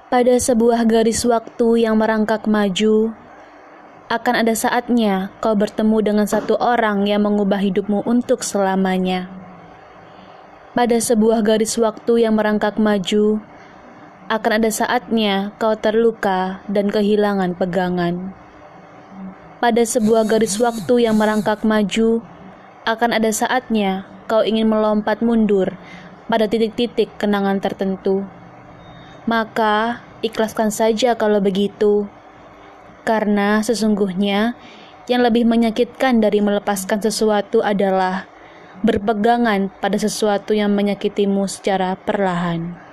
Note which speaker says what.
Speaker 1: Pada sebuah garis waktu yang merangkak maju, akan ada saatnya kau bertemu dengan satu orang yang mengubah hidupmu untuk selamanya. Pada sebuah garis waktu yang merangkak maju, akan ada saatnya kau terluka dan kehilangan pegangan. Pada sebuah garis waktu yang merangkak maju, akan ada saatnya kau ingin melompat mundur pada titik-titik kenangan tertentu. Maka, ikhlaskan saja kalau begitu. Karena sesungguhnya, yang lebih menyakitkan dari melepaskan sesuatu adalah berpegangan pada sesuatu yang menyakitimu secara perlahan.